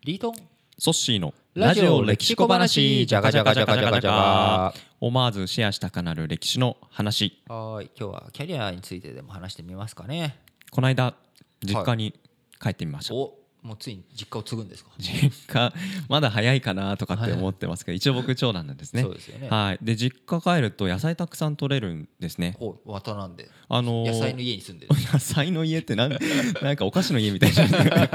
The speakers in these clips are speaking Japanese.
リートンソッシーのラジオ歴史小話じゃがじゃがじゃがじゃがじゃが。 思わずシェアしたくなる歴史の話。 はい、今日はキャリアについてでも話してみますかね。 この間実家に帰ってみました、 お、もうついに実家を継ぐんですか。 実家まだ早いかなとかって思ってますけど、一応僕長男なんですね。 そうですよね。 はい。で実家帰ると野菜たくさん取れるんですね。 ほう、渡なんで、 野野菜の家に住んでる。 野菜の家ってなんかお菓子の家みたいな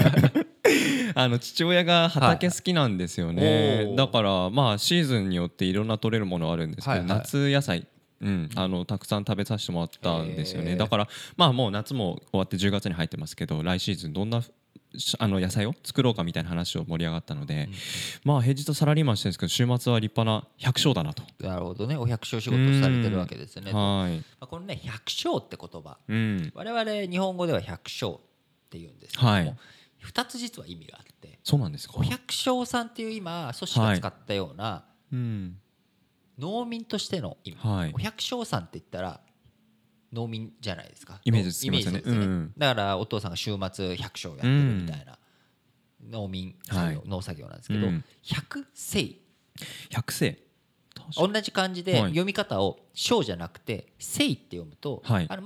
父親が畑好きなんですよね、 はい、 だからまあシーズンによっていろんな取れるものあるんですけど、 はいはい、 夏野菜、たくさん食べさせてもらったんですよね。だからまあもう夏も終わって10月に入ってますけど、来シーズンどんな野菜を作ろうかみたいな話を盛り上がったので、まあ平日はサラリーマンしてるんですけど、週末は立派な百姓だなと。 なるほどね、お百姓仕事をされてるわけですよね。 はい。 このね、百姓って言葉、我々日本語では百姓って言うんですけども、 はい、 2つ実は意味があって。 そうなんですか。 お百姓さんっていう今組織が使ったような、はい、農民としての意味、はい、お百姓さんって言ったら農民じゃないですか。 イメージつきますよね。 だからお父さんが週末百姓やってるみたいな、農民作業、はい、農作業なんですけど、百姓、同じ漢字で読み方を姓じゃなくて姓って読むと、はい、あ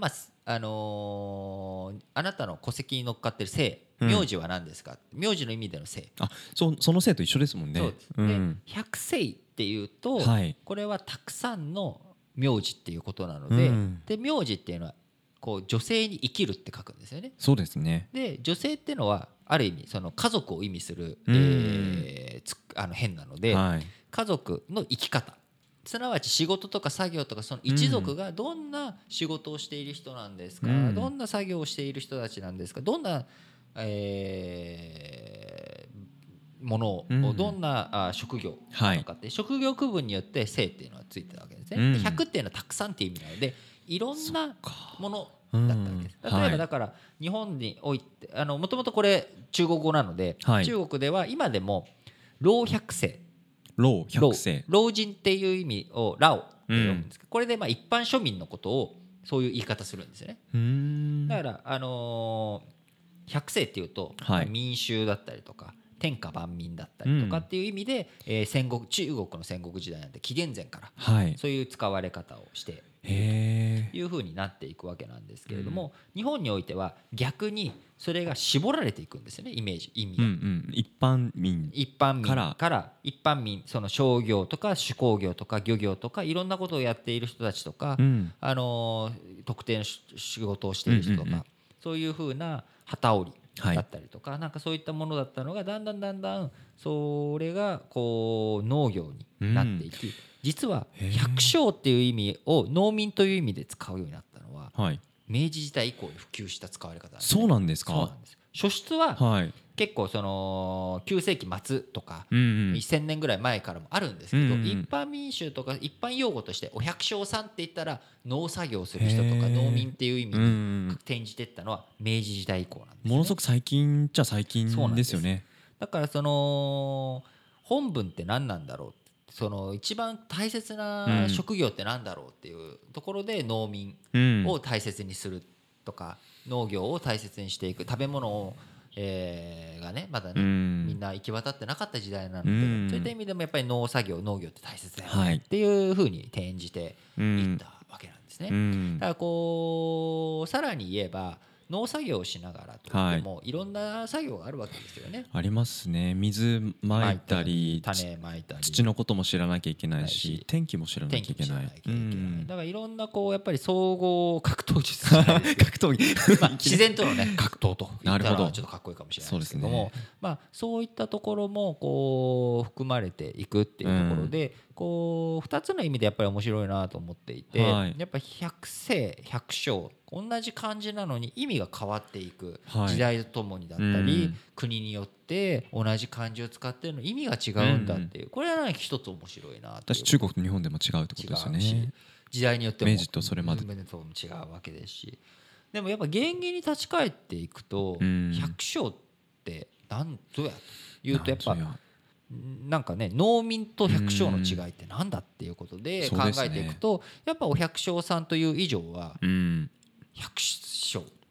なたの戸籍に乗っかってる姓、名字は何ですか、名字の意味での姓、 その姓と一緒ですもんね。 そうです、で百姓っていうと、はい、これはたくさんの名字っていうことなので、で名字っていうのはこう女性に生きるって書くんですよね。 そうですね。 で女性っていうのはある意味その家族を意味する、変なので、はい、家族の生き方、すなわち仕事とか作業とかその一族がどんな仕事をしている人なんですか、どんな作業をしている人たちなんですか、どんな、ものを、どんな職業なのかって、職業区分によって姓っていうのはついてるわけですね。100っていうのはたくさんっていう意味なので、いろんなものだったわけです。例えばだから日本においてもともとこれ中国語なので、中国では今でも老百姓、老人っていう意味を老って呼ぶんですけど、これでまあ一般庶民のことをそういう言い方するんですよね。だから百姓っていうと、民衆だったりとか天下万民だったりとかっていう意味で、中国の戦国時代なんて紀元前からそういう使われ方をしていう風になっていくわけなんですけれども、日本においては逆にそれが絞られていくんですよね、意味が、 一般民から一般民、その商業とか手工業とか漁業とかいろんなことをやっている人たちとか、特定の仕事をしている人とか、そういう風な旗織りだったりとか、なんかそういったものだったのがだんだんそれがこう農業になっていき、実は百姓っていう意味を農民という意味で使うようになったのは、明治時代以降に普及した使われ方なんですね。 そうなんですか。 そうなんです。初出は結構その9世紀末とか1000年ぐらい前からもあるんですけど、一般民衆とか一般用語としてお百姓さんって言ったら農作業をする人とか農民っていう意味に転じていったのは明治時代以降なんですね。 ものすごく最近じゃ最近ですよね。 だからその本文って何なんだろう、その一番大切な職業って何だろうっていうところで農民を大切にするとか、農業を大切にしていく、食べ物をがねまだねみんな行き渡ってなかった時代なので、そういった意味でもやっぱり農業って大切だよねっていう風に転じていったわけなんですね。だからこうさらに言えば農作業をしながらといっても、いろんな作業があるわけですよね。 ありますね。水まいたり種まいたり、 土のことも知らなきゃいけないし、天気も知らなきゃいけない。 だからいろんなこうやっぱり総合格闘術じゃないですか格闘技自然とのね格闘と言ったらちょっとかっこいいかもしれないですけども、そういったところもこう含まれていくっていうところで、こう2つの意味でやっぱり面白いなと思っていて、やっぱ百姓百姓同じ漢字なのに意味が変わっていく、時代とともにだったり、国によって同じ漢字を使ってるの意味が違うんだっていう、これは何か一つ面白いなという。 私中国と日本でも違うってことですよね。 時代によっても明治とそれまで違うわけですし、でもやっぱ原義に立ち返っていくと、百姓って何ぞやというと、やっぱなんかね、農民と百姓の違いってなんだっていうことで考えていくと、やっぱお百姓さんという以上は百姓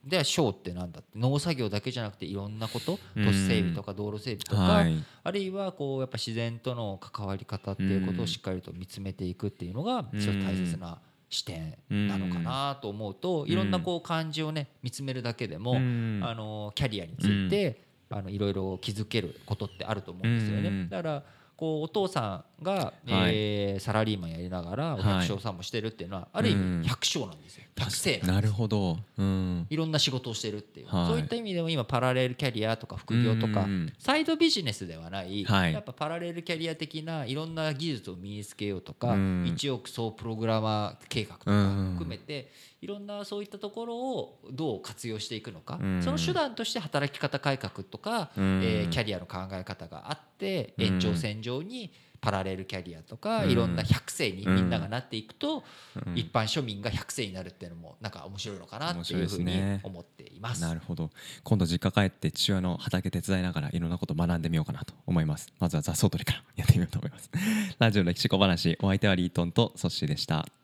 では省ってなんだって、農作業だけじゃなくていろんなこと都市整備とか道路整備とか、 はい、 あるいはこうやっぱ自然との関わり方っていうことをしっかりと見つめていくっていうのが一つ大切な視点なのかなと思うと、いろんなこう漢字をね見つめるだけでもキャリアについていろいろ気づけることってあると思うんですよね。だからこうお父さんがサラリーマンやりながらお百姓さんもしてるっていうのはある意味百姓なんですよ。百姓なんです。 なるほど、 いろんな仕事をしてるっていう、そういった意味でも今パラレルキャリアとか副業とかサイドビジネスではない、やっぱパラレルキャリア的ないろんな技術を身につけようとか、一億総プログラマー計画とか含めていろんなそういったところをどう活用していくのか、その手段として働き方改革とかキャリアの考え方があって、延長線上にパラレルキャリアとかいろんな百姓にみんながなっていくと、一般庶民が百姓になるっていうのもなんか面白いのかなっていうふうに思っています。 なるほど。今度実家帰って父親の畑手伝いながらいろんなことを学んでみようかなと思います。まずは雑草取りからやってみようと思います。ラジオ歴史小話、お相手はリートンとソッシーでした。